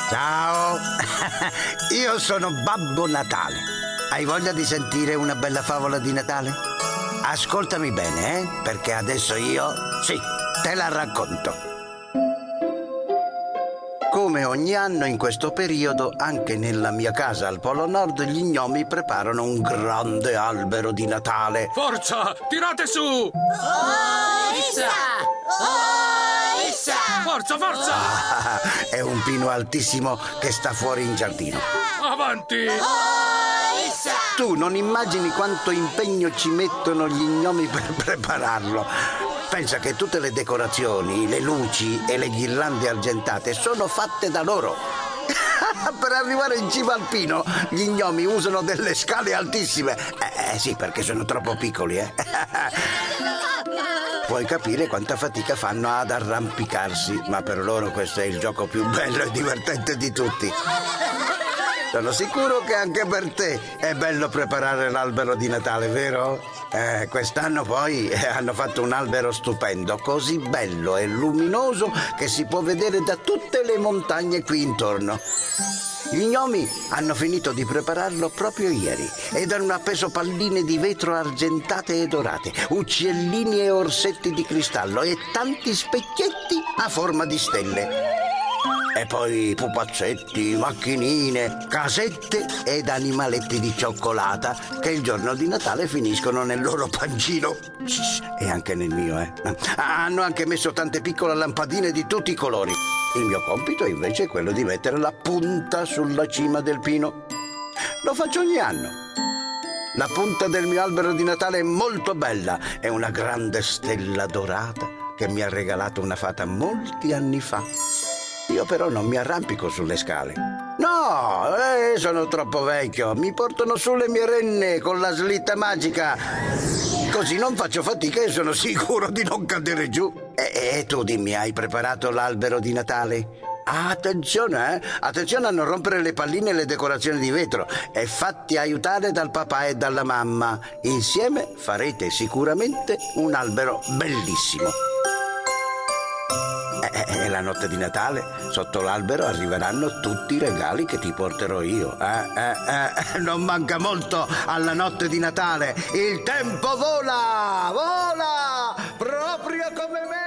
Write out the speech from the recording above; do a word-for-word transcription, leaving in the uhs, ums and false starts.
Ciao, io sono Babbo Natale. Hai voglia di sentire una bella favola di Natale? Ascoltami bene, eh? Perché adesso io, sì, te la racconto. Come ogni anno in questo periodo, anche nella mia casa al Polo Nord, gli gnomi preparano un grande albero di Natale. Forza, tirate su! Oh, issa! Oh, issa! Forza, forza! Ah, è un pino altissimo che sta fuori in giardino. Avanti! Oh, issa! Tu non immagini quanto impegno ci mettono gli gnomi per prepararlo. Pensa che tutte le decorazioni, le luci e le ghirlande argentate sono fatte da loro. Per arrivare in cima al pino, gli gnomi usano delle scale altissime. Eh, eh sì, perché sono troppo piccoli, eh. Puoi capire quanta fatica fanno ad arrampicarsi, ma per loro questo è il gioco più bello e divertente di tutti. Sono sicuro che anche per te è bello preparare l'albero di Natale, vero? Eh, quest'anno poi eh, hanno fatto un albero stupendo, così bello e luminoso che si può vedere da tutte le montagne qui intorno. Gli gnomi hanno finito di prepararlo proprio ieri ed hanno appeso palline di vetro argentate e dorate, uccellini e orsetti di cristallo e tanti specchietti a forma di stelle. E poi pupazzetti, macchinine, casette ed animaletti di cioccolata che il giorno di Natale finiscono nel loro pancino. E anche nel mio, eh. Hanno anche messo tante piccole lampadine di tutti i colori. Il mio compito invece è quello di mettere la punta sulla cima del pino. Lo faccio ogni anno. La punta del mio albero di Natale è molto bella. È una grande stella dorata che mi ha regalato una fata molti anni fa. Io però non mi arrampico sulle scale. No, eh, sono troppo vecchio. Mi portano su le mie renne con la slitta magica. Così non faccio fatica e sono sicuro di non cadere giù. E, e tu dimmi, hai preparato l'albero di Natale? Attenzione, eh? Attenzione a non rompere le palline e le decorazioni di vetro e fatti aiutare dal papà e dalla mamma. Insieme farete sicuramente un albero bellissimo. E la notte di Natale, sotto l'albero, arriveranno tutti i regali che ti porterò io. Eh, eh, eh, non manca molto alla notte di Natale. Il tempo vola, vola, proprio come me.